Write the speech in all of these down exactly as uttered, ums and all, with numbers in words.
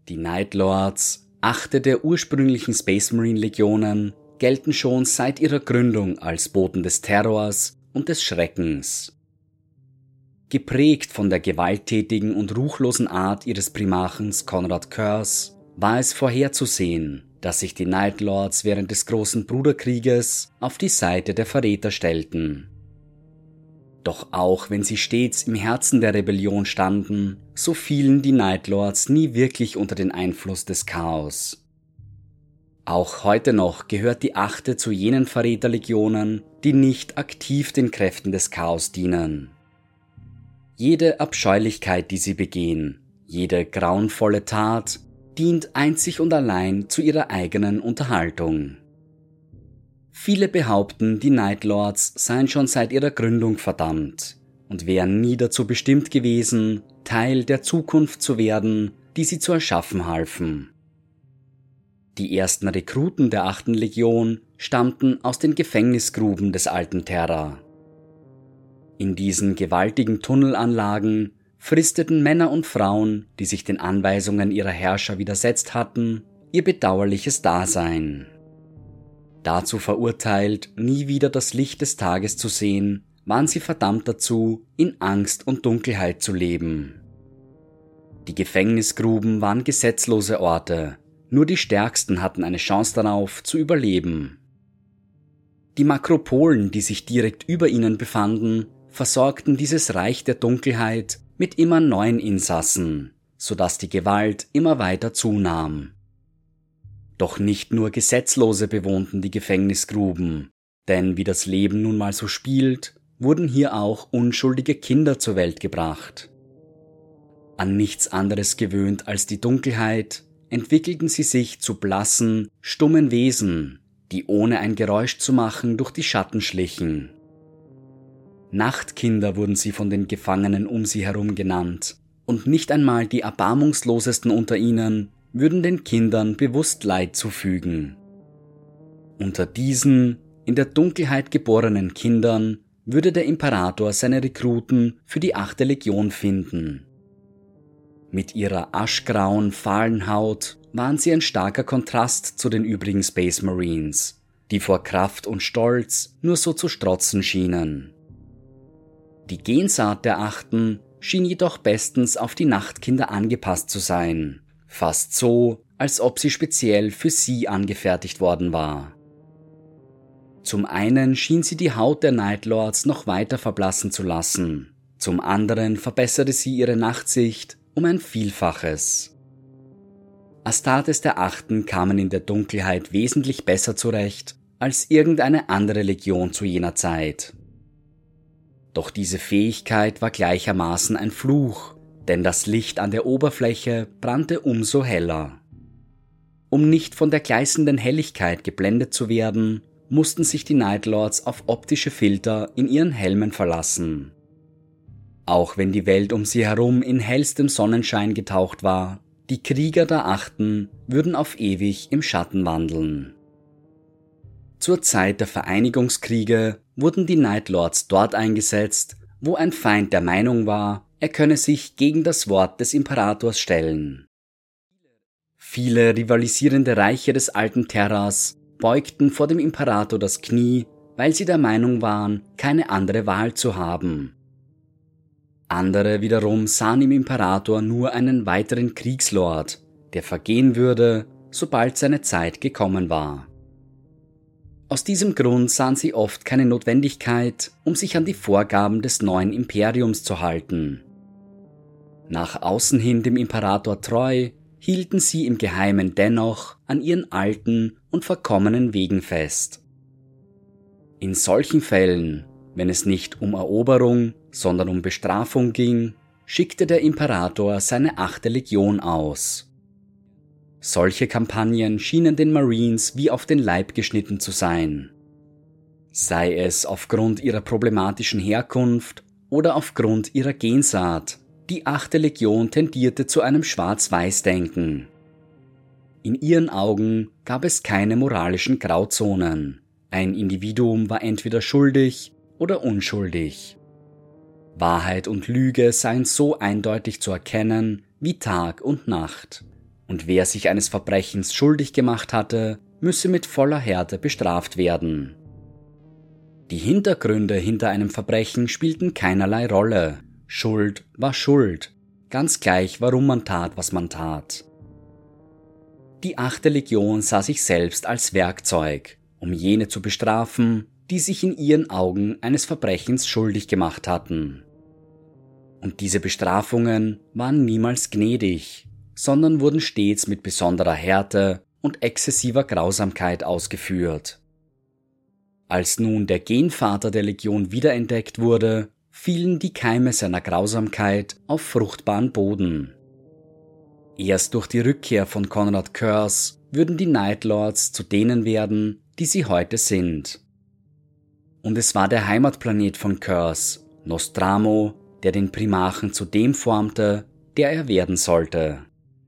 Die Night Lords, achte der ursprünglichen Space Marine Legionen, gelten schon seit ihrer Gründung als Boten des Terrors und des Schreckens. Geprägt von der gewalttätigen und ruchlosen Art ihres Primarchens Konrad Curze war es vorherzusehen, dass sich die Night Lords während des Großen Bruderkrieges auf die Seite der Verräter stellten. Doch auch wenn sie stets im Herzen der Rebellion standen, so fielen die Night Lords nie wirklich unter den Einfluss des Chaos. Auch heute noch gehört die Achte zu jenen Verräterlegionen, die nicht aktiv den Kräften des Chaos dienen. Jede Abscheulichkeit, die sie begehen, jede grauenvolle Tat, dient einzig und allein zu ihrer eigenen Unterhaltung. Viele behaupten, die Night Lords seien schon seit ihrer Gründung verdammt und wären nie dazu bestimmt gewesen, Teil der Zukunft zu werden, die sie zu erschaffen halfen. Die ersten Rekruten der achten Legion stammten aus den Gefängnisgruben des alten Terra. In diesen gewaltigen Tunnelanlagen fristeten Männer und Frauen, die sich den Anweisungen ihrer Herrscher widersetzt hatten, ihr bedauerliches Dasein. Dazu verurteilt, nie wieder das Licht des Tages zu sehen, waren sie verdammt dazu, in Angst und Dunkelheit zu leben. Die Gefängnisgruben waren gesetzlose Orte, nur die Stärksten hatten eine Chance darauf, zu überleben. Die Makropolen, die sich direkt über ihnen befanden, versorgten dieses Reich der Dunkelheit mit immer neuen Insassen, sodass die Gewalt immer weiter zunahm. Doch nicht nur Gesetzlose bewohnten die Gefängnisgruben, denn wie das Leben nun mal so spielt, wurden hier auch unschuldige Kinder zur Welt gebracht. An nichts anderes gewöhnt als die Dunkelheit, entwickelten sie sich zu blassen, stummen Wesen, die ohne ein Geräusch zu machen durch die Schatten schlichen. Nachtkinder wurden sie von den Gefangenen um sie herum genannt, und nicht einmal die Erbarmungslosesten unter ihnen würden den Kindern bewusst Leid zufügen. Unter diesen, in der Dunkelheit geborenen Kindern würde der Imperator seine Rekruten für die achte Legion finden. Mit ihrer aschgrauen, fahlen Haut waren sie ein starker Kontrast zu den übrigen Space Marines, die vor Kraft und Stolz nur so zu strotzen schienen. Die Gensaat der Achten schien jedoch bestens auf die Nachtkinder angepasst zu sein, fast so, als ob sie speziell für sie angefertigt worden war. Zum einen schien sie die Haut der Night Lords noch weiter verblassen zu lassen, zum anderen verbesserte sie ihre Nachtsicht um ein Vielfaches. Astartes der Achten kamen in der Dunkelheit wesentlich besser zurecht als irgendeine andere Legion zu jener Zeit. Doch diese Fähigkeit war gleichermaßen ein Fluch, denn das Licht an der Oberfläche brannte umso heller. Um nicht von der gleißenden Helligkeit geblendet zu werden, mussten sich die Night Lords auf optische Filter in ihren Helmen verlassen. Auch wenn die Welt um sie herum in hellstem Sonnenschein getaucht war, die Krieger der Achten würden auf ewig im Schatten wandeln. Zur Zeit der Vereinigungskriege wurden die Night Lords dort eingesetzt, wo ein Feind der Meinung war, er könne sich gegen das Wort des Imperators stellen. Viele rivalisierende Reiche des alten Terras beugten vor dem Imperator das Knie, weil sie der Meinung waren, keine andere Wahl zu haben. Andere wiederum sahen im Imperator nur einen weiteren Kriegslord, der vergehen würde, sobald seine Zeit gekommen war. Aus diesem Grund sahen sie oft keine Notwendigkeit, um sich an die Vorgaben des neuen Imperiums zu halten. Nach außen hin dem Imperator treu, hielten sie im Geheimen dennoch an ihren alten und verkommenen Wegen fest. In solchen Fällen, wenn es nicht um Eroberung, sondern um Bestrafung ging, schickte der Imperator seine achte Legion aus. Solche Kampagnen schienen den Marines wie auf den Leib geschnitten zu sein. Sei es aufgrund ihrer problematischen Herkunft oder aufgrund ihrer Gensaat, die achte Legion tendierte zu einem Schwarz-Weiß-Denken. In ihren Augen gab es keine moralischen Grauzonen. Ein Individuum war entweder schuldig oder unschuldig. Wahrheit und Lüge seien so eindeutig zu erkennen wie Tag und Nacht. und wer sich eines Verbrechens schuldig gemacht hatte, müsse mit voller Härte bestraft werden. Die Hintergründe hinter einem Verbrechen spielten keinerlei Rolle. Schuld war Schuld, ganz gleich, warum man tat, was man tat. Die achte Legion sah sich selbst als Werkzeug, um jene zu bestrafen, die sich in ihren Augen eines Verbrechens schuldig gemacht hatten. Und diese Bestrafungen waren niemals gnädig, sondern wurden stets mit besonderer Härte und exzessiver Grausamkeit ausgeführt. Als nun der Genvater der Legion wiederentdeckt wurde, fielen die Keime seiner Grausamkeit auf fruchtbaren Boden. Erst durch die Rückkehr von Konrad Curze würden die Night Lords zu denen werden, die sie heute sind. Und es war der Heimatplanet von Curze, Nostramo, der den Primarchen zu dem formte, der er werden sollte.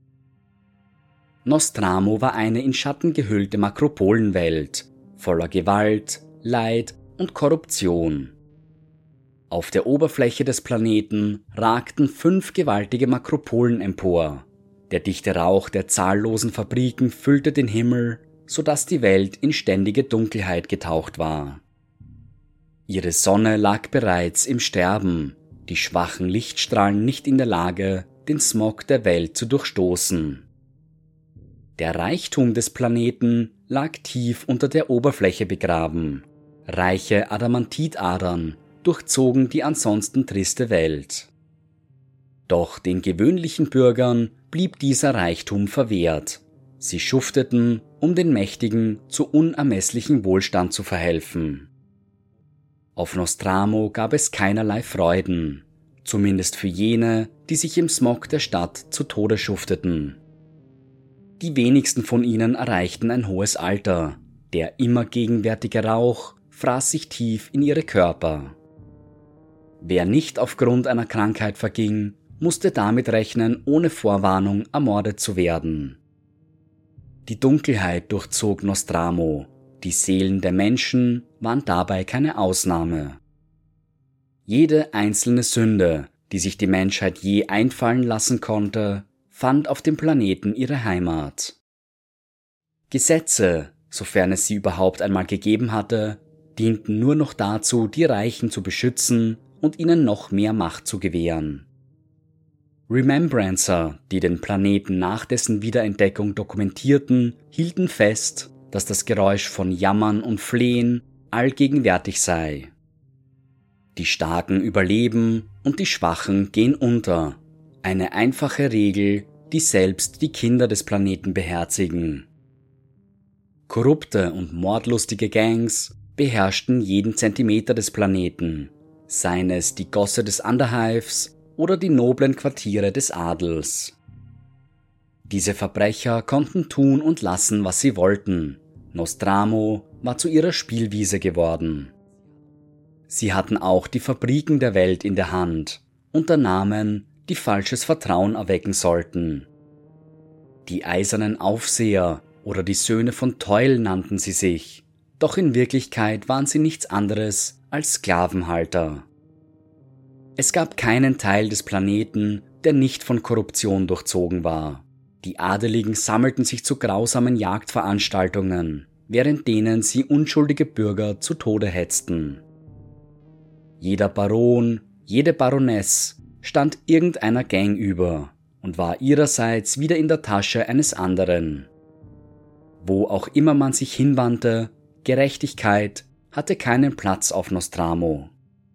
Nostramo war eine in Schatten gehüllte Makropolenwelt, voller Gewalt, Leid und Korruption. Auf der Oberfläche des Planeten ragten fünf gewaltige Makropolen empor. Der dichte Rauch der zahllosen Fabriken füllte den Himmel, sodass die Welt in ständige Dunkelheit getaucht war. Ihre Sonne lag bereits im Sterben, die schwachen Lichtstrahlen nicht in der Lage, den Smog der Welt zu durchstoßen. Der Reichtum des Planeten lag tief unter der Oberfläche begraben. Reiche Adamantitadern durchzogen die ansonsten triste Welt. Doch den gewöhnlichen Bürgern blieb dieser Reichtum verwehrt. Sie schufteten, um den Mächtigen zu unermesslichem Wohlstand zu verhelfen. Auf Nostramo gab es keinerlei Freuden, zumindest für jene, die sich im Smog der Stadt zu Tode schufteten. Die wenigsten von ihnen erreichten ein hohes Alter. Der immer gegenwärtige Rauch fraß sich tief in ihre Körper. Wer nicht aufgrund einer Krankheit verging, musste damit rechnen, ohne Vorwarnung ermordet zu werden. Die Dunkelheit durchzog Nostramo. Die Seelen der Menschen waren dabei keine Ausnahme. Jede einzelne Sünde, die sich die Menschheit je einfallen lassen konnte, fand auf dem Planeten ihre Heimat. Gesetze, sofern es sie überhaupt einmal gegeben hatte, dienten nur noch dazu, die Reichen zu beschützen und ihnen noch mehr Macht zu gewähren. Remembrancer, die den Planeten nach dessen Wiederentdeckung dokumentierten, hielten fest, dass das Geräusch von Jammern und Flehen allgegenwärtig sei. Die Starken überleben und die Schwachen gehen unter. Eine einfache Regel, die selbst die Kinder des Planeten beherzigen. Korrupte und mordlustige Gangs beherrschten jeden Zentimeter des Planeten, seien es die Gosse des Underhives oder die noblen Quartiere des Adels. Diese Verbrecher konnten tun und lassen, was sie wollten. Nostramo war zu ihrer Spielwiese geworden. Sie hatten auch die Fabriken der Welt in der Hand, unter Namen, die falsches Vertrauen erwecken sollten. Die eisernen Aufseher oder die Söhne von Teul nannten sie sich, doch in Wirklichkeit waren sie nichts anderes als Sklavenhalter. Es gab keinen Teil des Planeten, der nicht von Korruption durchzogen war. Die Adeligen sammelten sich zu grausamen Jagdveranstaltungen, während denen sie unschuldige Bürger zu Tode hetzten. Jeder Baron, jede Baroness stand irgendeiner Gang über und war ihrerseits wieder in der Tasche eines anderen. Wo auch immer man sich hinwandte, Gerechtigkeit hatte keinen Platz auf Nostramo.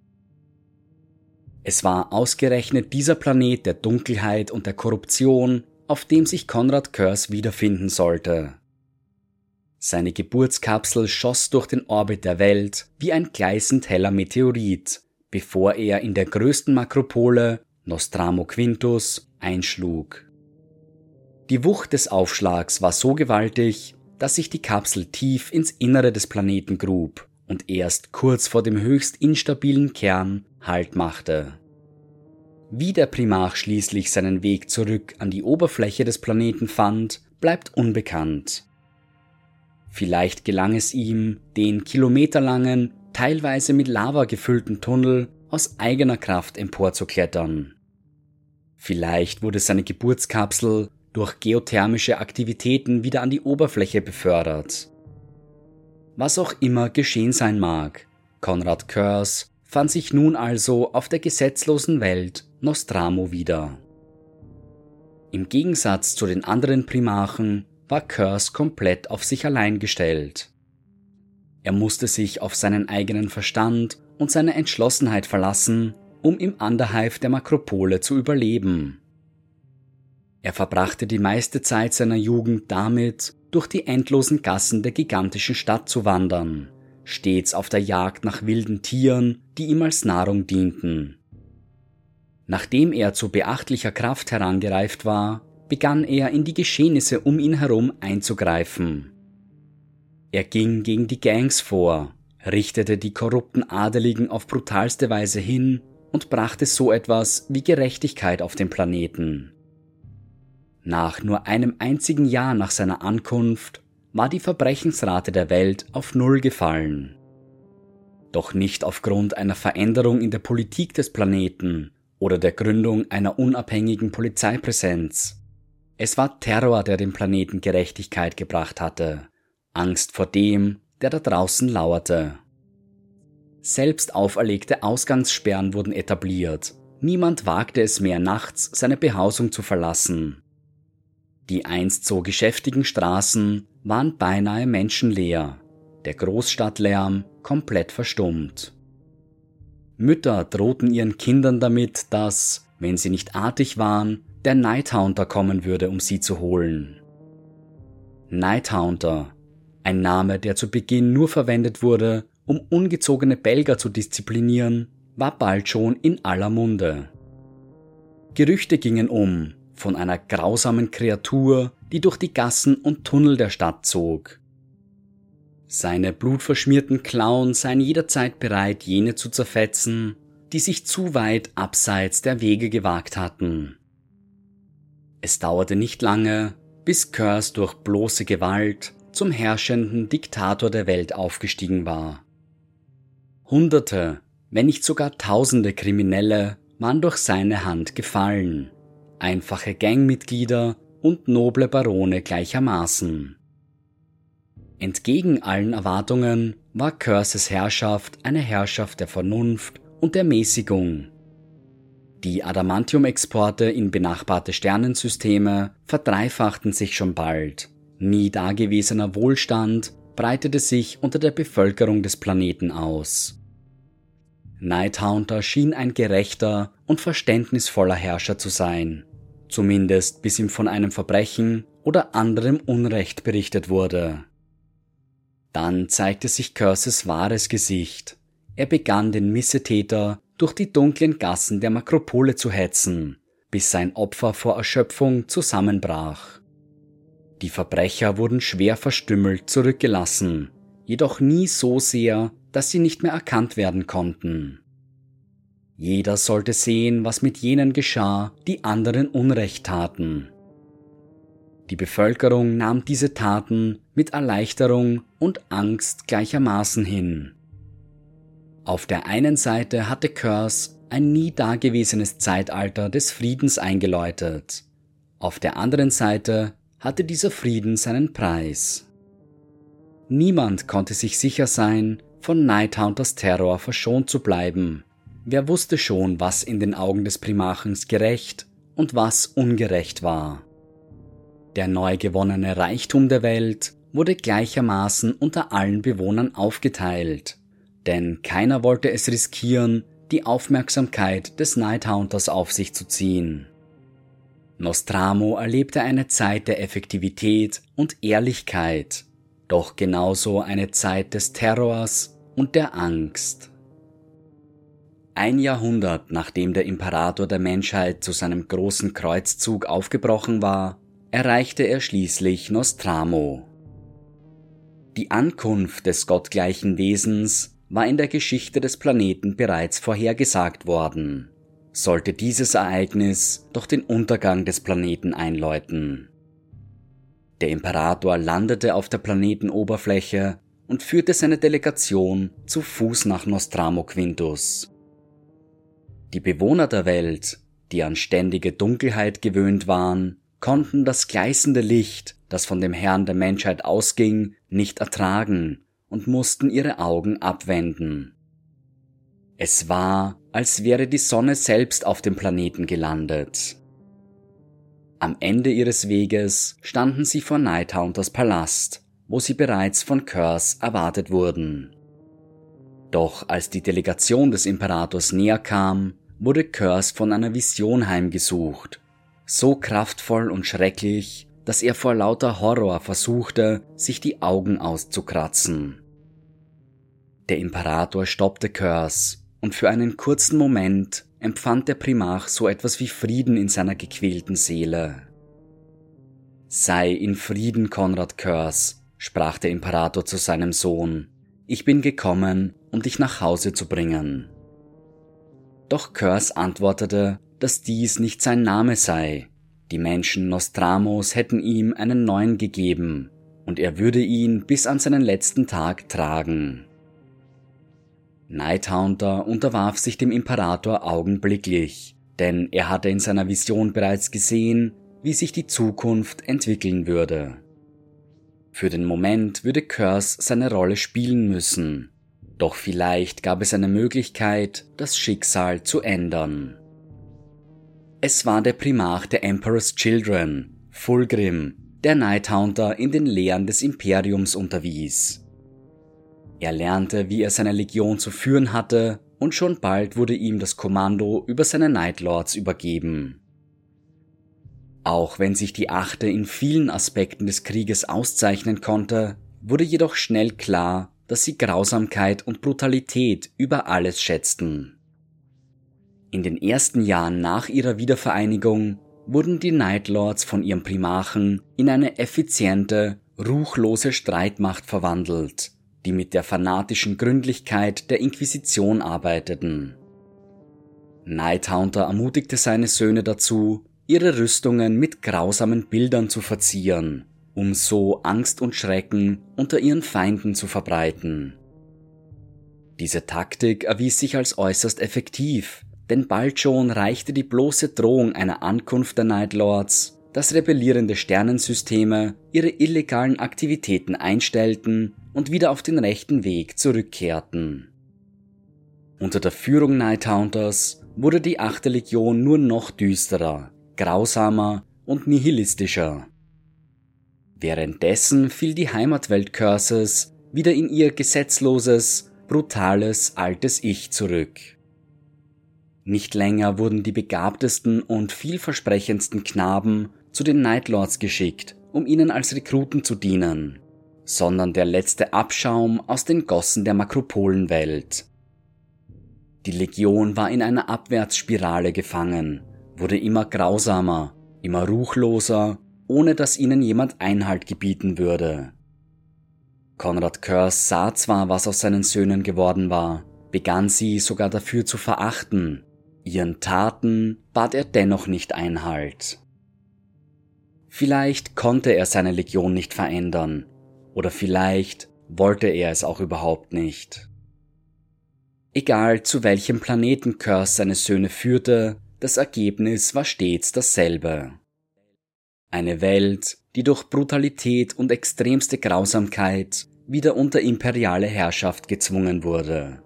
Es war ausgerechnet dieser Planet der Dunkelheit und der Korruption, auf dem sich Konrad Curze wiederfinden sollte. Seine Geburtskapsel schoss durch den Orbit der Welt wie ein gleißend heller Meteorit, bevor er in der größten Makropole, Nostramo Quintus, einschlug. Die Wucht des Aufschlags war so gewaltig, dass sich die Kapsel tief ins Innere des Planeten grub und erst kurz vor dem höchst instabilen Kern Halt machte. Wie der Primarch schließlich seinen Weg zurück an die Oberfläche des Planeten fand, bleibt unbekannt. Vielleicht gelang es ihm, den kilometerlangen, teilweise mit Lava gefüllten Tunnel aus eigener Kraft emporzuklettern. Vielleicht wurde seine Geburtskapsel durch geothermische Aktivitäten wieder an die Oberfläche befördert. Was auch immer geschehen sein mag, Konrad Curze fand sich nun also auf der gesetzlosen Welt Nostramo wieder. Im Gegensatz zu den anderen Primarchen war Curze komplett auf sich allein gestellt. Er musste sich auf seinen eigenen Verstand und seine Entschlossenheit verlassen, um im Underhive der Makropole zu überleben. Er verbrachte die meiste Zeit seiner Jugend damit, durch die endlosen Gassen der gigantischen Stadt zu wandern, stets auf der Jagd nach wilden Tieren, die ihm als Nahrung dienten. Nachdem er zu beachtlicher Kraft herangereift war, begann er in die Geschehnisse um ihn herum einzugreifen. Er ging gegen die Gangs vor, richtete die korrupten Adeligen auf brutalste Weise hin und brachte so etwas wie Gerechtigkeit auf den Planeten. Nach nur einem einzigen Jahr nach seiner Ankunft war die Verbrechensrate der Welt auf Null gefallen. Doch nicht aufgrund einer Veränderung in der Politik des Planeten oder der Gründung einer unabhängigen Polizeipräsenz. Es war Terror, der dem Planeten Gerechtigkeit gebracht hatte, Angst vor dem, der da draußen lauerte. Selbst auferlegte Ausgangssperren wurden etabliert, niemand wagte es mehr nachts, seine Behausung zu verlassen. Die einst so geschäftigen Straßen waren beinahe menschenleer, der Großstadtlärm komplett verstummt. Mütter drohten ihren Kindern damit, dass, wenn sie nicht artig waren, der Nighthaunter kommen würde, um sie zu holen. Nighthaunter, ein Name, der zu Beginn nur verwendet wurde, um ungezogene Belger zu disziplinieren, war bald schon in aller Munde. Gerüchte gingen um von einer grausamen Kreatur, die durch die Gassen und Tunnel der Stadt zog. Seine blutverschmierten Klauen seien jederzeit bereit, jene zu zerfetzen, die sich zu weit abseits der Wege gewagt hatten. Es dauerte nicht lange, bis Curze durch bloße Gewalt zum herrschenden Diktator der Welt aufgestiegen war. Hunderte, wenn nicht sogar tausende Kriminelle waren durch seine Hand gefallen, einfache Gangmitglieder und noble Barone gleichermaßen. Entgegen allen Erwartungen war Curzes Herrschaft eine Herrschaft der Vernunft und der Mäßigung. Die Adamantium-Exporte in benachbarte Sternensysteme verdreifachten sich schon bald. Nie dagewesener Wohlstand breitete sich unter der Bevölkerung des Planeten aus. Nighthaunter schien ein gerechter und verständnisvoller Herrscher zu sein, zumindest bis ihm von einem Verbrechen oder anderem Unrecht berichtet wurde. Dann zeigte sich Curzes wahres Gesicht. Er begann den Missetäter durch die dunklen Gassen der Makropole zu hetzen, bis sein Opfer vor Erschöpfung zusammenbrach. Die Verbrecher wurden schwer verstümmelt zurückgelassen, jedoch nie so sehr, dass sie nicht mehr erkannt werden konnten. Jeder sollte sehen, was mit jenen geschah, die anderen Unrecht taten. Die Bevölkerung nahm diese Taten mit Erleichterung und Angst gleichermaßen hin. Auf der einen Seite hatte Curze ein nie dagewesenes Zeitalter des Friedens eingeläutet. Auf der anderen Seite hatte dieser Frieden seinen Preis. Niemand konnte sich sicher sein, von Nighthunters Terror verschont zu bleiben. Wer wusste schon, was in den Augen des Primarchens gerecht und was ungerecht war. Der neu gewonnene Reichtum der Welt wurde gleichermaßen unter allen Bewohnern aufgeteilt, denn keiner wollte es riskieren, die Aufmerksamkeit des Nighthunters auf sich zu ziehen. Nostramo erlebte eine Zeit der Effektivität und Ehrlichkeit, doch genauso eine Zeit des Terrors und der Angst. Ein Jahrhundert nachdem der Imperator der Menschheit zu seinem großen Kreuzzug aufgebrochen war, erreichte er schließlich Nostramo. Die Ankunft des gottgleichen Wesens war in der Geschichte des Planeten bereits vorhergesagt worden, sollte dieses Ereignis doch den Untergang des Planeten einläuten. Der Imperator landete auf der Planetenoberfläche und führte seine Delegation zu Fuß nach Nostramo Quintus. Die Bewohner der Welt, die an ständige Dunkelheit gewöhnt waren, konnten das gleißende Licht, das von dem Herrn der Menschheit ausging, nicht ertragen und mussten ihre Augen abwenden. Es war, als wäre die Sonne selbst auf dem Planeten gelandet. Am Ende ihres Weges standen sie vor Nighthunters Palast, wo sie bereits von Curse erwartet wurden. Doch als die Delegation des Imperators näher kam, wurde Curse von einer Vision heimgesucht, so kraftvoll und schrecklich, dass er vor lauter Horror versuchte, sich die Augen auszukratzen. Der Imperator stoppte Curse, und für einen kurzen Moment empfand der Primarch so etwas wie Frieden in seiner gequälten Seele. »Sei in Frieden, Konrad Curse«, sprach der Imperator zu seinem Sohn. »Ich bin gekommen, um dich nach Hause zu bringen.« Doch Curse antwortete, dass dies nicht sein Name sei. Die Menschen Nostramos hätten ihm einen neuen gegeben, und er würde ihn bis an seinen letzten Tag tragen. Nighthaunter unterwarf sich dem Imperator augenblicklich, denn er hatte in seiner Vision bereits gesehen, wie sich die Zukunft entwickeln würde. Für den Moment würde Curse seine Rolle spielen müssen, doch vielleicht gab es eine Möglichkeit, das Schicksal zu ändern. Es war der Primarch der Emperor's Children, Fulgrim, der Nighthaunter in den Lehren des Imperiums unterwies. Er lernte, wie er seine Legion zu führen hatte, und schon bald wurde ihm das Kommando über seine Nightlords übergeben. Auch wenn sich die Achte in vielen Aspekten des Krieges auszeichnen konnte, wurde jedoch schnell klar, dass sie Grausamkeit und Brutalität über alles schätzten. In den ersten Jahren nach ihrer Wiedervereinigung wurden die Nightlords von ihrem Primarchen in eine effiziente, ruchlose Streitmacht verwandelt, die mit der fanatischen Gründlichkeit der Inquisition arbeiteten. Nighthaunter ermutigte seine Söhne dazu, ihre Rüstungen mit grausamen Bildern zu verzieren, um so Angst und Schrecken unter ihren Feinden zu verbreiten. Diese Taktik erwies sich als äußerst effektiv, denn bald schon reichte die bloße Drohung einer Ankunft der Nightlords, dass rebellierende Sternensysteme ihre illegalen Aktivitäten einstellten und wieder auf den rechten Weg zurückkehrten. Unter der Führung Nighthunters wurde die achte Legion nur noch düsterer, grausamer und nihilistischer. Währenddessen fiel die Heimatwelt Curses wieder in ihr gesetzloses, brutales, altes Ich zurück. Nicht länger wurden die begabtesten und vielversprechendsten Knaben zu den Nightlords geschickt, um ihnen als Rekruten zu dienen, sondern der letzte Abschaum aus den Gossen der Makropolenwelt. Die Legion war in einer Abwärtsspirale gefangen, wurde immer grausamer, immer ruchloser, ohne dass ihnen jemand Einhalt gebieten würde. Konrad Curse sah zwar, was aus seinen Söhnen geworden war, begann sie sogar dafür zu verachten, ihren Taten bat er dennoch nicht Einhalt. Vielleicht konnte er seine Legion nicht verändern, oder vielleicht wollte er es auch überhaupt nicht. Egal zu welchem Planeten Curse seine Söhne führte, das Ergebnis war stets dasselbe. Eine Welt, die durch Brutalität und extremste Grausamkeit wieder unter imperiale Herrschaft gezwungen wurde.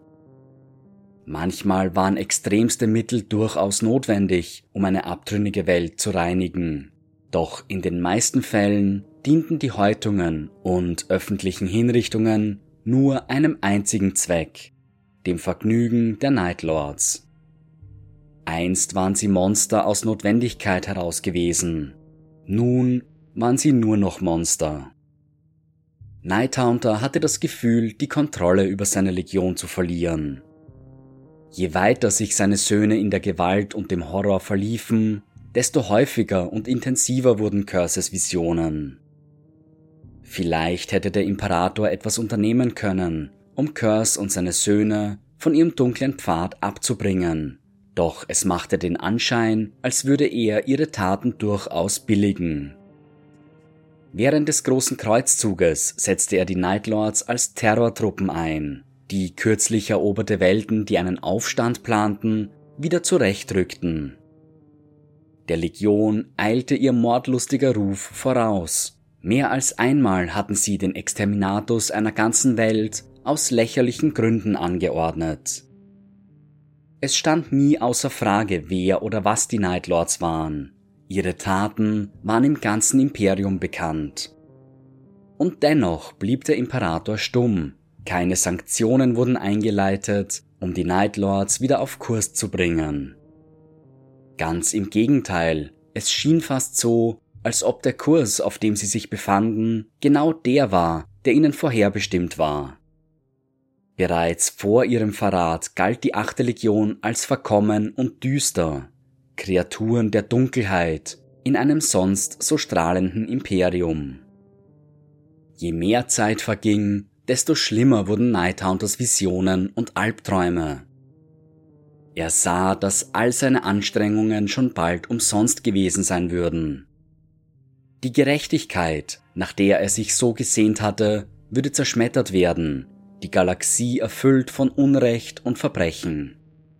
Manchmal waren extremste Mittel durchaus notwendig, um eine abtrünnige Welt zu reinigen. Doch in den meisten Fällen dienten die Häutungen und öffentlichen Hinrichtungen nur einem einzigen Zweck, dem Vergnügen der Nightlords. Einst waren sie Monster aus Notwendigkeit heraus gewesen, nun waren sie nur noch Monster. Nighthaunter hatte das Gefühl, die Kontrolle über seine Legion zu verlieren. Je weiter sich seine Söhne in der Gewalt und dem Horror verliefen, desto häufiger und intensiver wurden Curses Visionen. Vielleicht hätte der Imperator etwas unternehmen können, um Curse und seine Söhne von ihrem dunklen Pfad abzubringen, doch es machte den Anschein, als würde er ihre Taten durchaus billigen. Während des großen Kreuzzuges setzte er die Nightlords als Terrortruppen ein, die kürzlich eroberte Welten, die einen Aufstand planten, wieder zurechtrückten. Der Legion eilte ihr mordlustiger Ruf voraus. Mehr als einmal hatten sie den Exterminatus einer ganzen Welt aus lächerlichen Gründen angeordnet. Es stand nie außer Frage, wer oder was die Night Lords waren. Ihre Taten waren im ganzen Imperium bekannt. Und dennoch blieb der Imperator stumm. Keine Sanktionen wurden eingeleitet, um die Night Lords wieder auf Kurs zu bringen. Ganz im Gegenteil, es schien fast so, als ob der Kurs, auf dem sie sich befanden, genau der war, der ihnen vorherbestimmt war. Bereits vor ihrem Verrat galt die achte Legion als verkommen und düster, Kreaturen der Dunkelheit in einem sonst so strahlenden Imperium. Je mehr Zeit verging, desto schlimmer wurden Nighthunters Visionen und Albträume. Er sah, dass all seine Anstrengungen schon bald umsonst gewesen sein würden. Die Gerechtigkeit, nach der er sich so gesehnt hatte, würde zerschmettert werden, die Galaxie erfüllt von Unrecht und Verbrechen.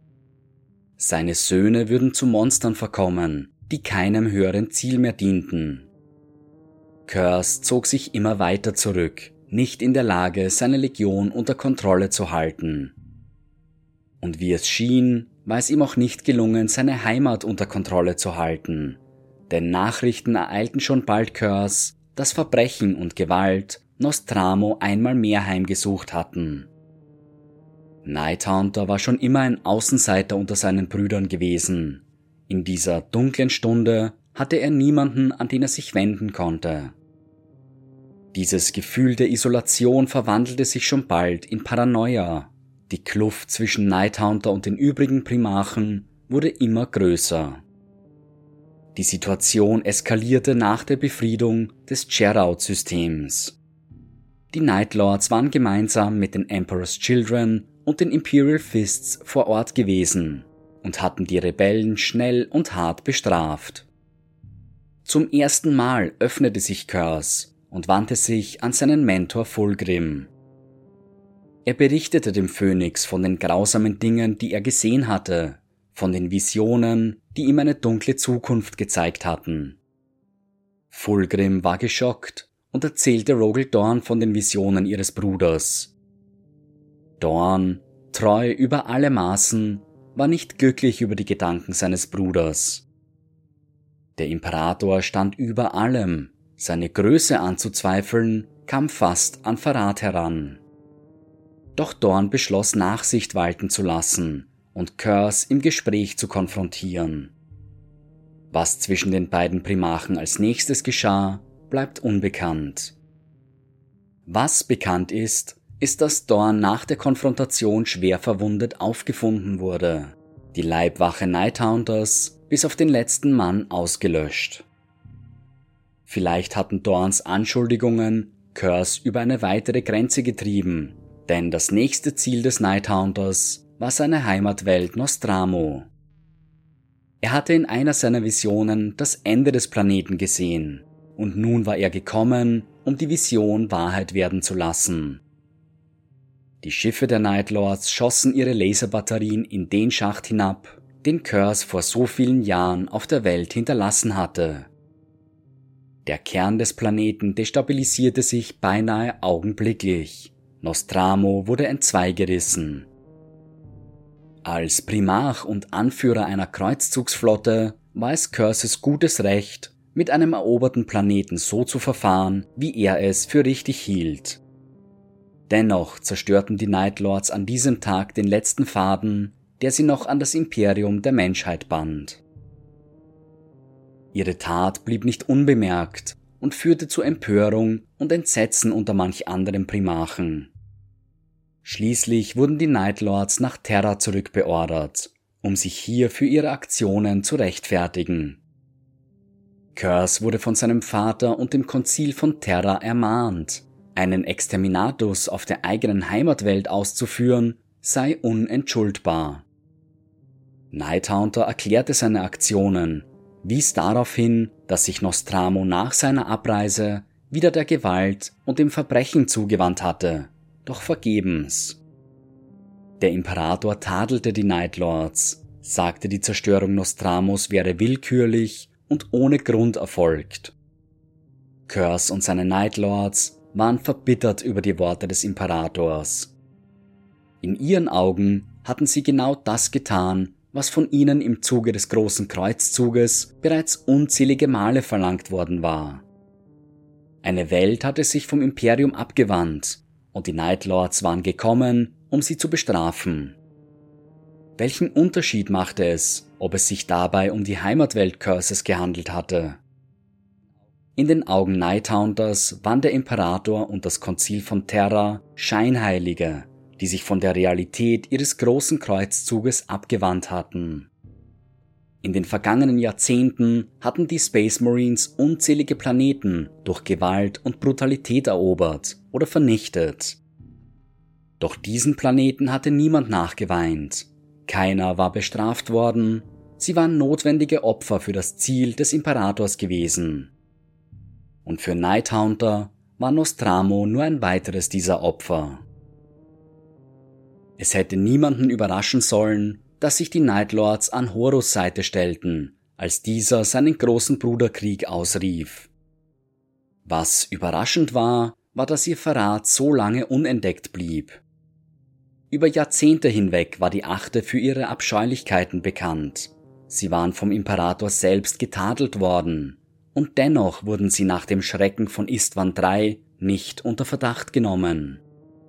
Seine Söhne würden zu Monstern verkommen, die keinem höheren Ziel mehr dienten. Curse zog sich immer weiter zurück, nicht in der Lage, seine Legion unter Kontrolle zu halten. Und wie es schien, war es ihm auch nicht gelungen, seine Heimat unter Kontrolle zu halten, denn Nachrichten ereilten schon bald Curse, dass Verbrechen und Gewalt Nostramo einmal mehr heimgesucht hatten. Nighthunter war schon immer ein Außenseiter unter seinen Brüdern gewesen. In dieser dunklen Stunde hatte er niemanden, an den er sich wenden konnte. Dieses Gefühl der Isolation verwandelte sich schon bald in Paranoia. Die Kluft zwischen Nighthunter und den übrigen Primarchen wurde immer größer. Die Situation eskalierte nach der Befriedung des Cheraut-Systems. Die Night Lords waren gemeinsam mit den Emperor's Children und den Imperial Fists vor Ort gewesen und hatten die Rebellen schnell und hart bestraft. Zum ersten Mal öffnete sich Curse und wandte sich an seinen Mentor Fulgrim. Er berichtete dem Phönix von den grausamen Dingen, die er gesehen hatte, von den Visionen, die ihm eine dunkle Zukunft gezeigt hatten. Fulgrim war geschockt und erzählte Rogel Dorn von den Visionen ihres Bruders. Dorn, treu über alle Maßen, war nicht glücklich über die Gedanken seines Bruders. Der Imperator stand über allem, seine Größe anzuzweifeln, kam fast an Verrat heran. Doch Dorn beschloss, Nachsicht walten zu lassen und Curse im Gespräch zu konfrontieren. Was zwischen den beiden Primarchen als nächstes geschah, bleibt unbekannt. Was bekannt ist, ist, dass Dorn nach der Konfrontation schwer verwundet aufgefunden wurde, die Leibwache Nighthunters bis auf den letzten Mann ausgelöscht. Vielleicht hatten Dorns Anschuldigungen Curse über eine weitere Grenze getrieben, denn das nächste Ziel des Nighthunters war seine Heimatwelt Nostramo. Er hatte in einer seiner Visionen das Ende des Planeten gesehen, und nun war er gekommen, um die Vision Wahrheit werden zu lassen. Die Schiffe der Night Lords schossen ihre Laserbatterien in den Schacht hinab, den Curse vor so vielen Jahren auf der Welt hinterlassen hatte. Der Kern des Planeten destabilisierte sich beinahe augenblicklich. Nostramo wurde entzweigerissen. Als Primarch und Anführer einer Kreuzzugsflotte war es Curses gutes Recht, mit einem eroberten Planeten so zu verfahren, wie er es für richtig hielt. Dennoch zerstörten die Night Lords an diesem Tag den letzten Faden, der sie noch an das Imperium der Menschheit band. Ihre Tat blieb nicht unbemerkt und führte zu Empörung und Entsetzen unter manch anderen Primarchen. Schließlich wurden die Night Lords nach Terra zurückbeordert, um sich hier für ihre Aktionen zu rechtfertigen. Curse wurde von seinem Vater und dem Konzil von Terra ermahnt, einen Exterminatus auf der eigenen Heimatwelt auszuführen, sei unentschuldbar. Nighthunter erklärte seine Aktionen, wies darauf hin, dass sich Nostramo nach seiner Abreise wieder der Gewalt und dem Verbrechen zugewandt hatte, doch vergebens. Der Imperator tadelte die Night Lords. sagte, die Zerstörung Nostramos wäre willkürlich und ohne Grund erfolgt. Curse und seine Night Lords waren verbittert über die Worte des Imperators. In ihren Augen hatten sie genau das getan, was von ihnen im Zuge des Großen Kreuzzuges bereits unzählige Male verlangt worden war. Eine Welt hatte sich vom Imperium abgewandt und die Night Lords waren gekommen, um sie zu bestrafen. Welchen Unterschied machte es, ob es sich dabei um die Heimatwelt Curses gehandelt hatte? In den Augen Nighthunters waren der Imperator und das Konzil von Terra Scheinheilige, die sich von der Realität ihres Großen Kreuzzuges abgewandt hatten. In den vergangenen Jahrzehnten hatten die Space Marines unzählige Planeten durch Gewalt und Brutalität erobert oder vernichtet. Doch diesen Planeten hatte niemand nachgeweint. Keiner war bestraft worden. Sie waren notwendige Opfer für das Ziel des Imperators gewesen. Und für Nighthunter war Nostramo nur ein weiteres dieser Opfer. Es hätte niemanden überraschen sollen, dass sich die Night Lords an Horus Seite stellten, als dieser seinen großen Bruderkrieg ausrief. Was überraschend war, war, dass ihr Verrat so lange unentdeckt blieb. Über Jahrzehnte hinweg war die Achte für ihre Abscheulichkeiten bekannt. Sie waren vom Imperator selbst getadelt worden, und dennoch wurden sie nach dem Schrecken von Istvan drei nicht unter Verdacht genommen.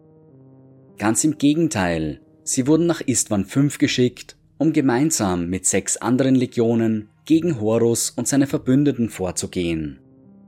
Ganz im Gegenteil, sie wurden nach Istvan fünf geschickt, um gemeinsam mit sechs anderen Legionen gegen Horus und seine Verbündeten vorzugehen.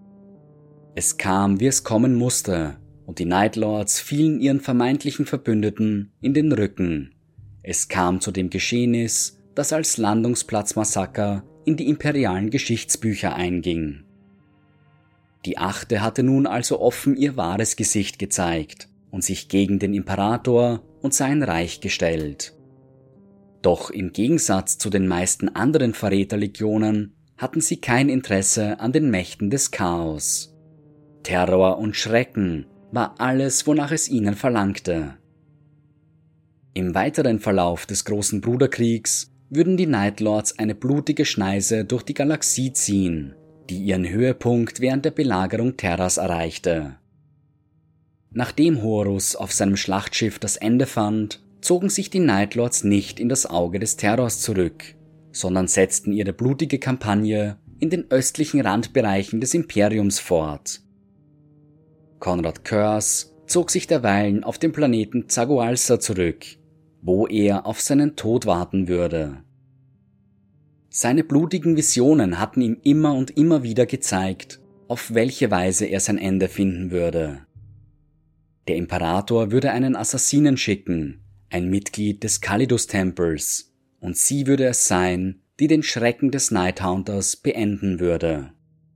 Es kam, wie es kommen musste, und die Night Lords fielen ihren vermeintlichen Verbündeten in den Rücken. Es kam zu dem Geschehnis, das als Landungsplatzmassaker in die imperialen Geschichtsbücher einging. Die Achte hatte nun also offen ihr wahres Gesicht gezeigt und sich gegen den Imperator und sein Reich gestellt. Doch im Gegensatz zu den meisten anderen Verräterlegionen hatten sie kein Interesse an den Mächten des Chaos. Terror und Schrecken war alles, wonach es ihnen verlangte. Im weiteren Verlauf des Großen Bruderkriegs würden die Night Lords eine blutige Schneise durch die Galaxie ziehen, die ihren Höhepunkt während der Belagerung Terras erreichte. Nachdem Horus auf seinem Schlachtschiff das Ende fand, zogen sich die Night Lords nicht in das Auge des Terrors zurück, sondern setzten ihre blutige Kampagne in den östlichen Randbereichen des Imperiums fort. Konrad Curze zog sich derweilen auf den Planeten Zagoalsa zurück, wo er auf seinen Tod warten würde. Seine blutigen Visionen hatten ihm immer und immer wieder gezeigt, auf welche Weise er sein Ende finden würde. Der Imperator würde einen Assassinen schicken, ein Mitglied des Kallidus-Tempels, und sie würde es sein, die den Schrecken des Nighthunters beenden würde.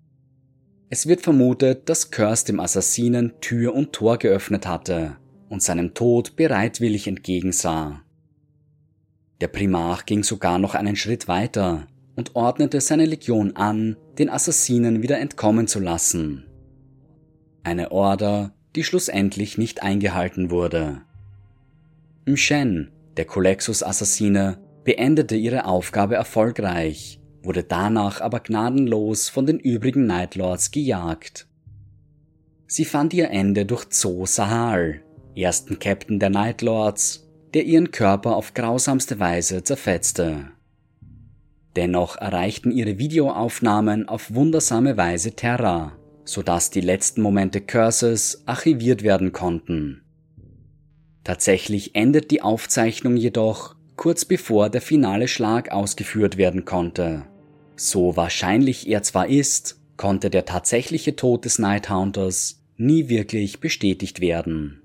Es wird vermutet, dass Curze dem Assassinen Tür und Tor geöffnet hatte und seinem Tod bereitwillig entgegensah. Der Primarch ging sogar noch einen Schritt weiter und ordnete seine Legion an, den Assassinen wieder entkommen zu lassen. Eine Order, die schlussendlich nicht eingehalten wurde. M'Shen, der Colexus-Assassine, beendete ihre Aufgabe erfolgreich, wurde danach aber gnadenlos von den übrigen Night Lords gejagt. Sie fand ihr Ende durch Zo Sahal, ersten Captain der Night Lords, der ihren Körper auf grausamste Weise zerfetzte. Dennoch erreichten ihre Videoaufnahmen auf wundersame Weise Terra, sodass die letzten Momente Curzes archiviert werden konnten. Tatsächlich endet die Aufzeichnung jedoch kurz bevor der finale Schlag ausgeführt werden konnte. So wahrscheinlich er zwar ist, konnte der tatsächliche Tod des Nighthunters nie wirklich bestätigt werden.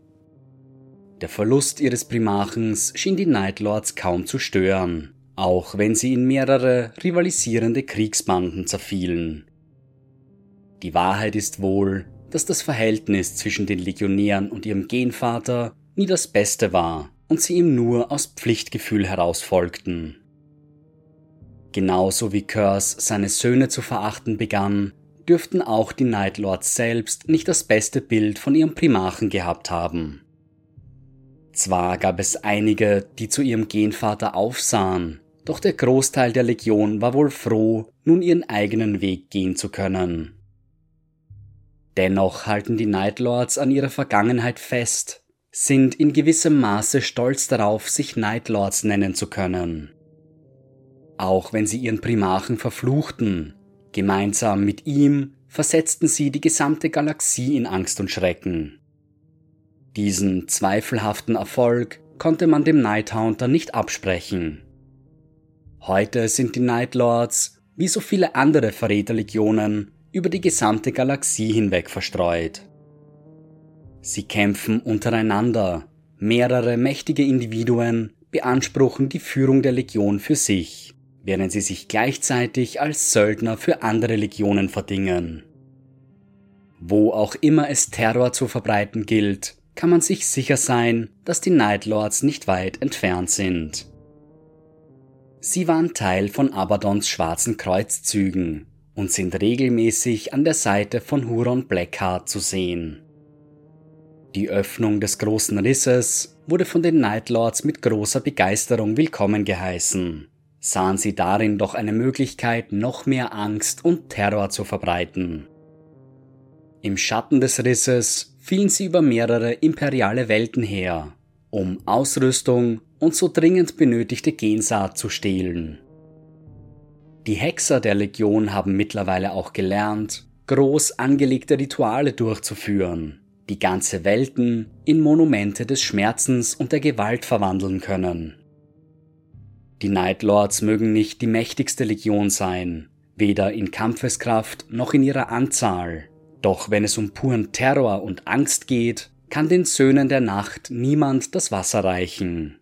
Der Verlust ihres Primarchens schien die Night Lords kaum zu stören, auch wenn sie in mehrere rivalisierende Kriegsbanden zerfielen. Die Wahrheit ist wohl, dass das Verhältnis zwischen den Legionären und ihrem Genvater nie das Beste war und sie ihm nur aus Pflichtgefühl heraus folgten. Genauso wie Curze seine Söhne zu verachten begann, dürften auch die Night Lords selbst nicht das beste Bild von ihrem Primarchen gehabt haben. Zwar gab es einige, die zu ihrem Genvater aufsahen, doch der Großteil der Legion war wohl froh, nun ihren eigenen Weg gehen zu können. Dennoch halten die Night Lords an ihrer Vergangenheit fest, sind in gewissem Maße stolz darauf, sich Night Lords nennen zu können. Auch wenn sie ihren Primarchen verfluchten, gemeinsam mit ihm versetzten sie die gesamte Galaxie in Angst und Schrecken. Diesen zweifelhaften Erfolg konnte man dem Nighthaunter nicht absprechen. Heute sind die Night Lords, wie so viele andere Verräterlegionen, über die gesamte Galaxie hinweg verstreut. Sie kämpfen untereinander, mehrere mächtige Individuen beanspruchen die Führung der Legion für sich, während sie sich gleichzeitig als Söldner für andere Legionen verdingen. Wo auch immer es Terror zu verbreiten gilt, kann man sich sicher sein, dass die Night Lords nicht weit entfernt sind. Sie waren Teil von Abadons schwarzen Kreuzzügen und sind regelmäßig an der Seite von Huron Blackheart zu sehen. Die Öffnung des großen Risses wurde von den Night Lords mit großer Begeisterung willkommen geheißen, sahen sie darin doch eine Möglichkeit, noch mehr Angst und Terror zu verbreiten. Im Schatten des Risses fielen sie über mehrere imperiale Welten her, um Ausrüstung und so dringend benötigte Gensaat zu stehlen. Die Hexer der Legion haben mittlerweile auch gelernt, groß angelegte Rituale durchzuführen, die ganze Welten in Monumente des Schmerzens und der Gewalt verwandeln können. Die Night Lords mögen nicht die mächtigste Legion sein, weder in Kampfeskraft noch in ihrer Anzahl, doch wenn es um puren Terror und Angst geht, kann den Söhnen der Nacht niemand das Wasser reichen.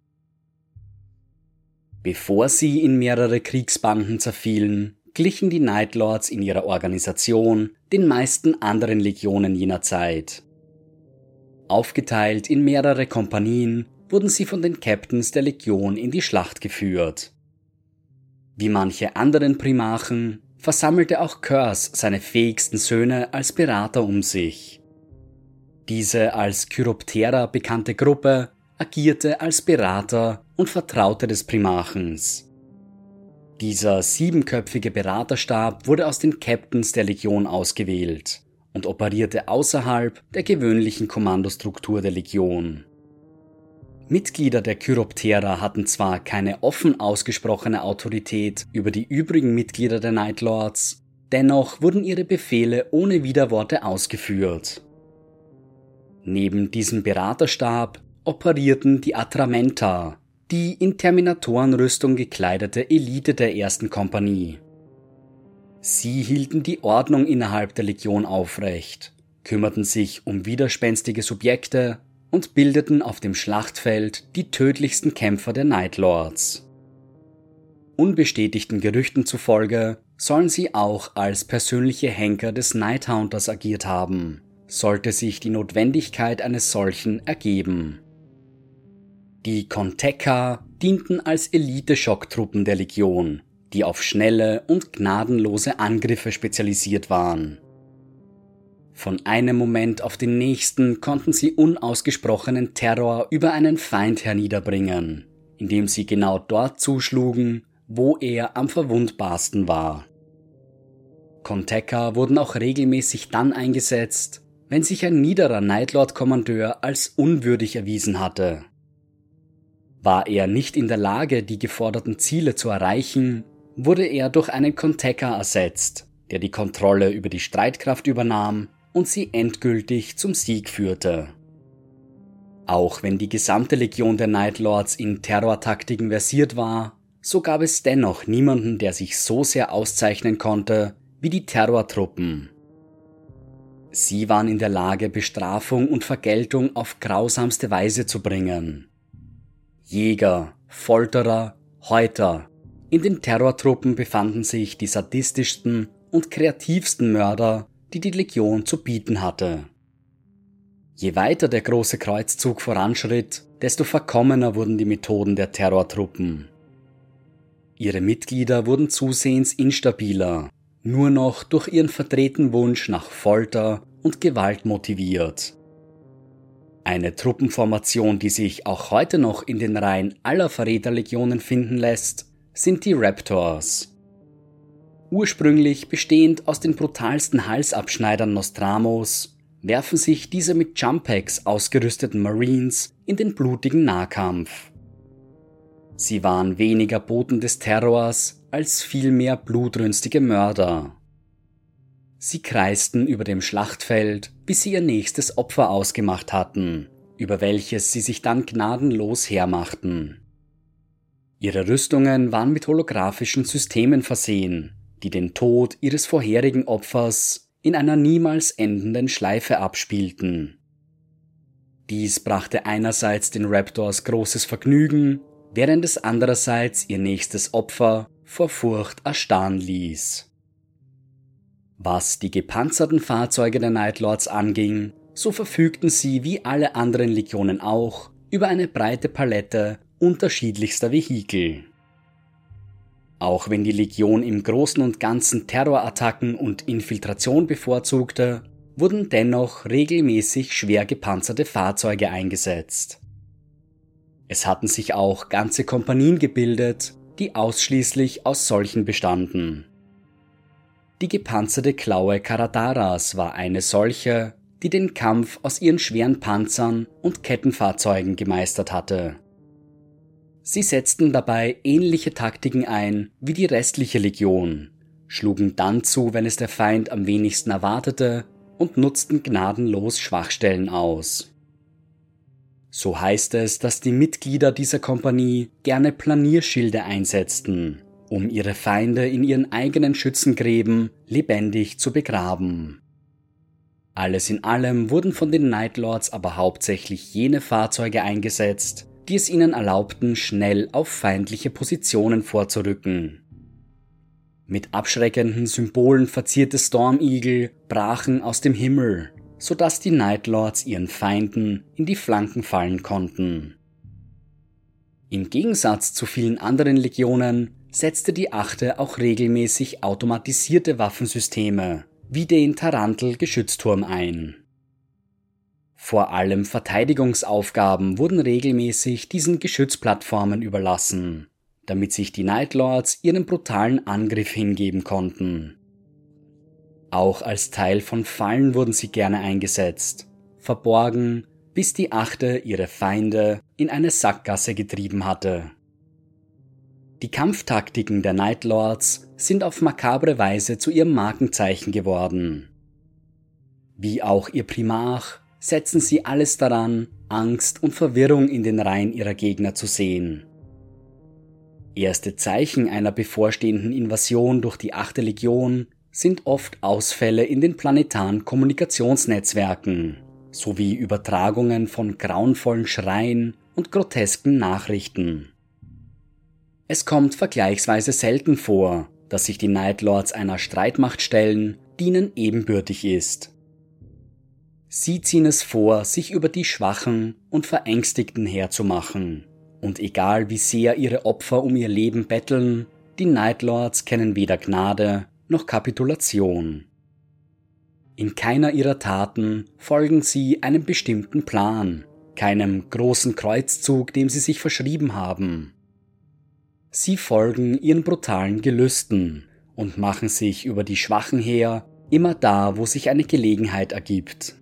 Bevor sie in mehrere Kriegsbanden zerfielen, glichen die Night Lords in ihrer Organisation den meisten anderen Legionen jener Zeit. Aufgeteilt in mehrere Kompanien wurden sie von den Captains der Legion in die Schlacht geführt. Wie manche anderen Primarchen versammelte auch Curse seine fähigsten Söhne als Berater um sich. Diese als Chiroptera bekannte Gruppe agierte als Berater und Vertraute des Primarchens. Dieser siebenköpfige Beraterstab wurde aus den Captains der Legion ausgewählt und operierte außerhalb der gewöhnlichen Kommandostruktur der Legion. Mitglieder der Chiroptera hatten zwar keine offen ausgesprochene Autorität über die übrigen Mitglieder der Night Lords, dennoch wurden ihre Befehle ohne Widerworte ausgeführt. Neben diesem Beraterstab operierten die Atramenta, die in Terminatorenrüstung gekleidete Elite der ersten Kompanie. Sie hielten die Ordnung innerhalb der Legion aufrecht, kümmerten sich um widerspenstige Subjekte und bildeten auf dem Schlachtfeld die tödlichsten Kämpfer der Night Lords. Unbestätigten Gerüchten zufolge sollen sie auch als persönliche Henker des Nighthunters agiert haben, sollte sich die Notwendigkeit eines solchen ergeben. Die Kontekka dienten als Elite-Schocktruppen der Legion, die auf schnelle und gnadenlose Angriffe spezialisiert waren. Von einem Moment auf den nächsten konnten sie unausgesprochenen Terror über einen Feind herniederbringen, indem sie genau dort zuschlugen, wo er am verwundbarsten war. Kontekka wurden auch regelmäßig dann eingesetzt, wenn sich ein niederer Nightlord-Kommandeur als unwürdig erwiesen hatte. War er nicht in der Lage, die geforderten Ziele zu erreichen, wurde er durch einen Kontekka ersetzt, der die Kontrolle über die Streitkraft übernahm und sie endgültig zum Sieg führte. Auch wenn die gesamte Legion der Night Lords in Terrortaktiken versiert war, so gab es dennoch niemanden, der sich so sehr auszeichnen konnte wie die Terrortruppen. Sie waren in der Lage, Bestrafung und Vergeltung auf grausamste Weise zu bringen. Jäger, Folterer, Häuter. In den Terrortruppen befanden sich die sadistischsten und kreativsten Mörder, die die Legion zu bieten hatte. Je weiter der große Kreuzzug voranschritt, desto verkommener wurden die Methoden der Terrortruppen. Ihre Mitglieder wurden zusehends instabiler, nur noch durch ihren verdrehten Wunsch nach Folter und Gewalt motiviert. Eine Truppenformation, die sich auch heute noch in den Reihen aller Verräterlegionen finden lässt, sind die Raptors. Ursprünglich bestehend aus den brutalsten Halsabschneidern Nostramos, werfen sich diese mit Jump-Packs ausgerüsteten Marines in den blutigen Nahkampf. Sie waren weniger Boten des Terrors als vielmehr blutrünstige Mörder. Sie kreisten über dem Schlachtfeld, bis sie ihr nächstes Opfer ausgemacht hatten, über welches sie sich dann gnadenlos hermachten. Ihre Rüstungen waren mit holographischen Systemen versehen, die den Tod ihres vorherigen Opfers in einer niemals endenden Schleife abspielten. Dies brachte einerseits den Raptors großes Vergnügen, während es andererseits ihr nächstes Opfer vor Furcht erstarren ließ. Was die gepanzerten Fahrzeuge der Nightlords anging, so verfügten sie wie alle anderen Legionen auch über eine breite Palette unterschiedlichster Vehikel. Auch wenn die Legion im Großen und Ganzen Terrorattacken und Infiltration bevorzugte, wurden dennoch regelmäßig schwer gepanzerte Fahrzeuge eingesetzt. Es hatten sich auch ganze Kompanien gebildet, die ausschließlich aus solchen bestanden. Die gepanzerte Klaue Karadaras war eine solche, die den Kampf aus ihren schweren Panzern und Kettenfahrzeugen gemeistert hatte. Sie setzten dabei ähnliche Taktiken ein wie die restliche Legion, schlugen dann zu, wenn es der Feind am wenigsten erwartete, und nutzten gnadenlos Schwachstellen aus. So heißt es, dass die Mitglieder dieser Kompanie gerne Planierschilde einsetzten, um ihre Feinde in ihren eigenen Schützengräben lebendig zu begraben. Alles in allem wurden von den Nightlords aber hauptsächlich jene Fahrzeuge eingesetzt, die es ihnen erlaubten, schnell auf feindliche Positionen vorzurücken. Mit abschreckenden Symbolen verzierte Storm Eagle brachen aus dem Himmel, sodass die Nightlords ihren Feinden in die Flanken fallen konnten. Im Gegensatz zu vielen anderen Legionen setzte die Achte auch regelmäßig automatisierte Waffensysteme, wie den Tarantel-Geschützturm ein. Vor allem Verteidigungsaufgaben wurden regelmäßig diesen Geschützplattformen überlassen, damit sich die Nightlords ihren brutalen Angriff hingeben konnten. Auch als Teil von Fallen wurden sie gerne eingesetzt, verborgen, bis die Achte ihre Feinde in eine Sackgasse getrieben hatte. Die Kampftaktiken der Nightlords sind auf makabre Weise zu ihrem Markenzeichen geworden. Wie auch ihr Primarch setzen sie alles daran, Angst und Verwirrung in den Reihen ihrer Gegner zu sehen. Erste Zeichen einer bevorstehenden Invasion durch die achte Legion sind oft Ausfälle in den planetaren Kommunikationsnetzwerken sowie Übertragungen von grauenvollen Schreien und grotesken Nachrichten. Es kommt vergleichsweise selten vor, dass sich die Nightlords einer Streitmacht stellen, die ihnen ebenbürtig ist. Sie ziehen es vor, sich über die Schwachen und Verängstigten herzumachen. Und egal wie sehr ihre Opfer um ihr Leben betteln, die Nightlords kennen weder Gnade noch Kapitulation. In keiner ihrer Taten folgen sie einem bestimmten Plan, keinem großen Kreuzzug, dem sie sich verschrieben haben. Sie folgen ihren brutalen Gelüsten und machen sich über die Schwachen her, immer da, wo sich eine Gelegenheit ergibt.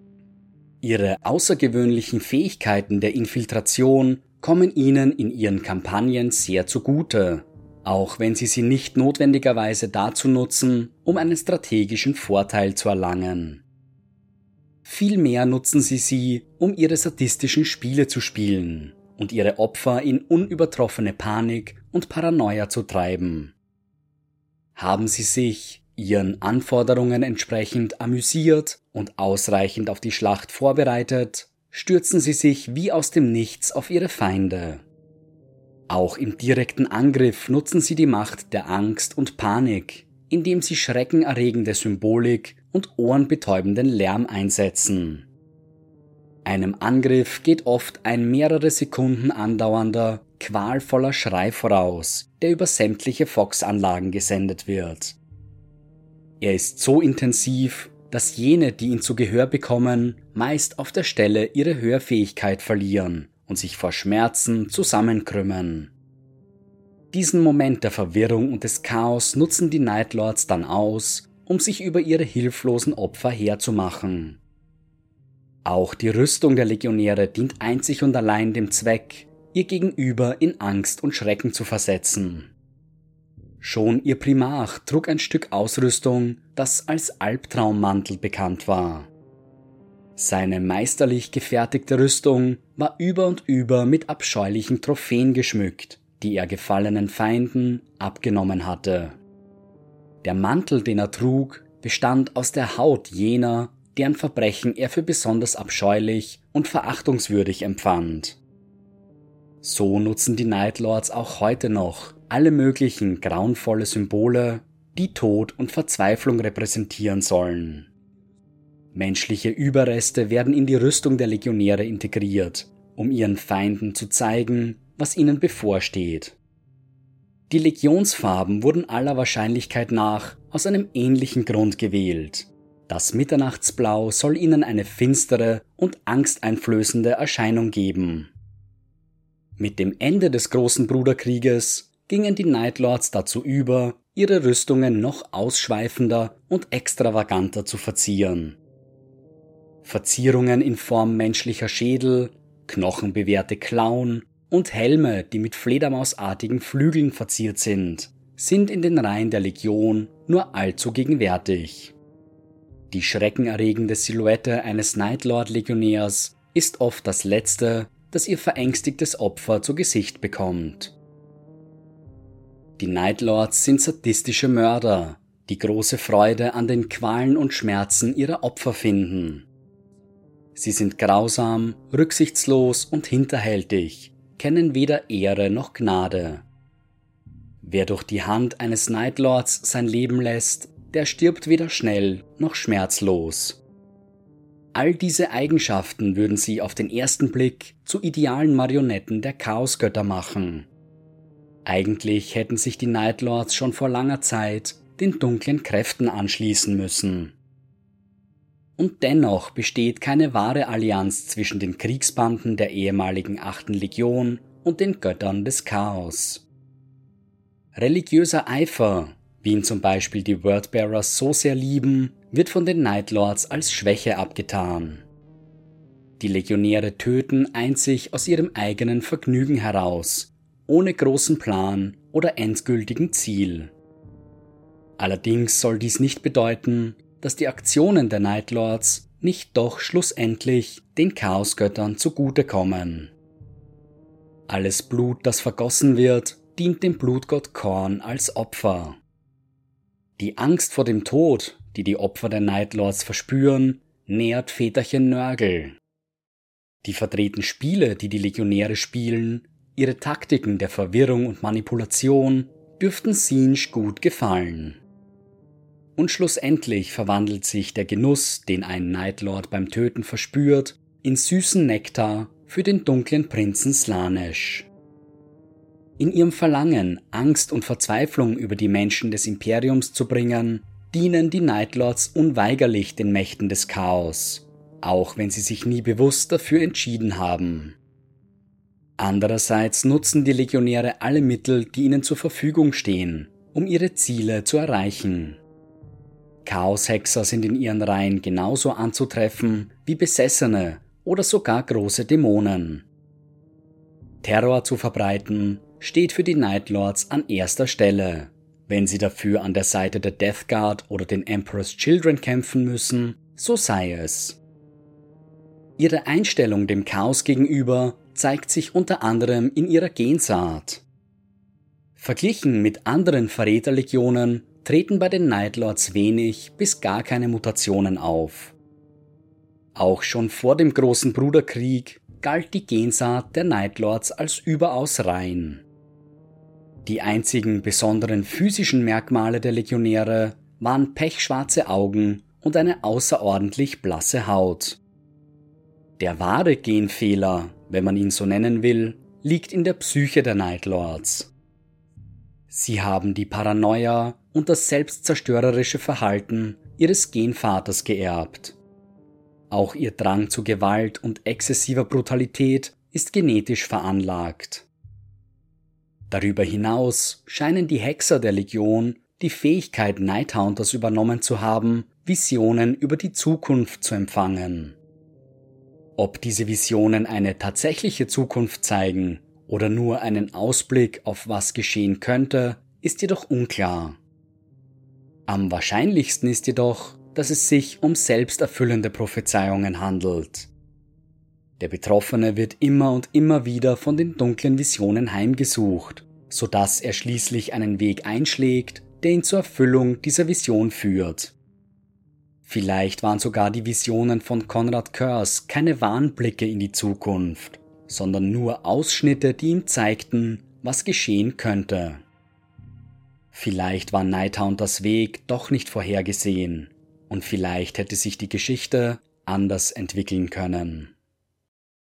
Ihre außergewöhnlichen Fähigkeiten der Infiltration kommen ihnen in ihren Kampagnen sehr zugute, auch wenn sie sie nicht notwendigerweise dazu nutzen, um einen strategischen Vorteil zu erlangen. Vielmehr nutzen sie sie, um ihre sadistischen Spiele zu spielen und ihre Opfer in unübertroffene Panik und Paranoia zu treiben. Haben sie sich ihren Anforderungen entsprechend amüsiert und ausreichend auf die Schlacht vorbereitet, stürzen sie sich wie aus dem Nichts auf ihre Feinde. Auch im direkten Angriff nutzen sie die Macht der Angst und Panik, indem sie schreckenerregende Symbolik und ohrenbetäubenden Lärm einsetzen. Einem Angriff geht oft ein mehrere Sekunden andauernder, qualvoller Schrei voraus, der über sämtliche Fox-Anlagen gesendet wird. Er ist so intensiv, dass jene, die ihn zu Gehör bekommen, meist auf der Stelle ihre Hörfähigkeit verlieren und sich vor Schmerzen zusammenkrümmen. Diesen Moment der Verwirrung und des Chaos nutzen die Night Lords dann aus, um sich über ihre hilflosen Opfer herzumachen. Auch die Rüstung der Legionäre dient einzig und allein dem Zweck, ihr Gegenüber in Angst und Schrecken zu versetzen. Schon ihr Primarch trug ein Stück Ausrüstung, das als Albtraummantel bekannt war. Seine meisterlich gefertigte Rüstung war über und über mit abscheulichen Trophäen geschmückt, die er gefallenen Feinden abgenommen hatte. Der Mantel, den er trug, bestand aus der Haut jener, deren Verbrechen er für besonders abscheulich und verachtungswürdig empfand. So nutzen die Night Lords auch heute noch alle möglichen grauenvolle Symbole, die Tod und Verzweiflung repräsentieren sollen. Menschliche Überreste werden in die Rüstung der Legionäre integriert, um ihren Feinden zu zeigen, was ihnen bevorsteht. Die Legionsfarben wurden aller Wahrscheinlichkeit nach aus einem ähnlichen Grund gewählt. Das Mitternachtsblau soll ihnen eine finstere und angsteinflößende Erscheinung geben. Mit dem Ende des Großen Bruderkrieges gingen die Night Lords dazu über, ihre Rüstungen noch ausschweifender und extravaganter zu verzieren. Verzierungen in Form menschlicher Schädel, knochenbewehrte Klauen und Helme, die mit fledermausartigen Flügeln verziert sind, sind in den Reihen der Legion nur allzu gegenwärtig. Die schreckenerregende Silhouette eines Night Lord Legionärs ist oft das letzte, das ihr verängstigtes Opfer zu Gesicht bekommt. Die Night Lords sind sadistische Mörder, die große Freude an den Qualen und Schmerzen ihrer Opfer finden. Sie sind grausam, rücksichtslos und hinterhältig, kennen weder Ehre noch Gnade. Wer durch die Hand eines Night Lords sein Leben lässt, der stirbt weder schnell noch schmerzlos. All diese Eigenschaften würden sie auf den ersten Blick zu idealen Marionetten der Chaosgötter machen. Eigentlich hätten sich die Night Lords schon vor langer Zeit den dunklen Kräften anschließen müssen. Und dennoch besteht keine wahre Allianz zwischen den Kriegsbanden der ehemaligen achten Legion und den Göttern des Chaos. Religiöser Eifer, wie ihn zum Beispiel die Wordbearers so sehr lieben, wird von den Night Lords als Schwäche abgetan. Die Legionäre töten einzig aus ihrem eigenen Vergnügen heraus, ohne großen Plan oder endgültigen Ziel. Allerdings soll dies nicht bedeuten, dass die Aktionen der Night Lords nicht doch schlussendlich den Chaosgöttern zugutekommen. Alles Blut, das vergossen wird, dient dem Blutgott Khorne als Opfer. Die Angst vor dem Tod, die die Opfer der Night Lords verspüren, nährt Väterchen Nörgel. Die verdrehten Spiele, die die Legionäre spielen, ihre Taktiken der Verwirrung und Manipulation, dürften Tzeentch gut gefallen. Und schlussendlich verwandelt sich der Genuss, den ein Night Lord beim Töten verspürt, in süßen Nektar für den dunklen Prinzen Slaanesh. In ihrem Verlangen, Angst und Verzweiflung über die Menschen des Imperiums zu bringen, dienen die Night Lords unweigerlich den Mächten des Chaos, auch wenn sie sich nie bewusst dafür entschieden haben. Andererseits nutzen die Legionäre alle Mittel, die ihnen zur Verfügung stehen, um ihre Ziele zu erreichen. Chaoshexer sind in ihren Reihen genauso anzutreffen wie Besessene oder sogar große Dämonen. Terror zu verbreiten steht für die Night Lords an erster Stelle. Wenn sie dafür an der Seite der Death Guard oder den Emperor's Children kämpfen müssen, so sei es. Ihre Einstellung dem Chaos gegenüber zeigt sich unter anderem in ihrer Gensaat. Verglichen mit anderen Verräterlegionen treten bei den Night Lords wenig bis gar keine Mutationen auf. Auch schon vor dem Großen Bruderkrieg galt die Gensaat der Night Lords als überaus rein. Die einzigen besonderen physischen Merkmale der Legionäre waren pechschwarze Augen und eine außerordentlich blasse Haut. Der wahre Genfehler, wenn man ihn so nennen will, liegt in der Psyche der Night Lords. Sie haben die Paranoia und das selbstzerstörerische Verhalten ihres Genvaters geerbt. Auch ihr Drang zu Gewalt und exzessiver Brutalität ist genetisch veranlagt. Darüber hinaus scheinen die Hexer der Legion die Fähigkeit Nighthunters übernommen zu haben, Visionen über die Zukunft zu empfangen. Ob diese Visionen eine tatsächliche Zukunft zeigen oder nur einen Ausblick auf was geschehen könnte, ist jedoch unklar. Am wahrscheinlichsten ist jedoch, dass es sich um selbsterfüllende Prophezeiungen handelt. Der Betroffene wird immer und immer wieder von den dunklen Visionen heimgesucht, sodass er schließlich einen Weg einschlägt, der ihn zur Erfüllung dieser Vision führt. Vielleicht waren sogar die Visionen von Konrad Curze keine Warnblicke in die Zukunft, sondern nur Ausschnitte, die ihm zeigten, was geschehen könnte. Vielleicht war Nighthunters Weg doch nicht vorhergesehen und vielleicht hätte sich die Geschichte anders entwickeln können.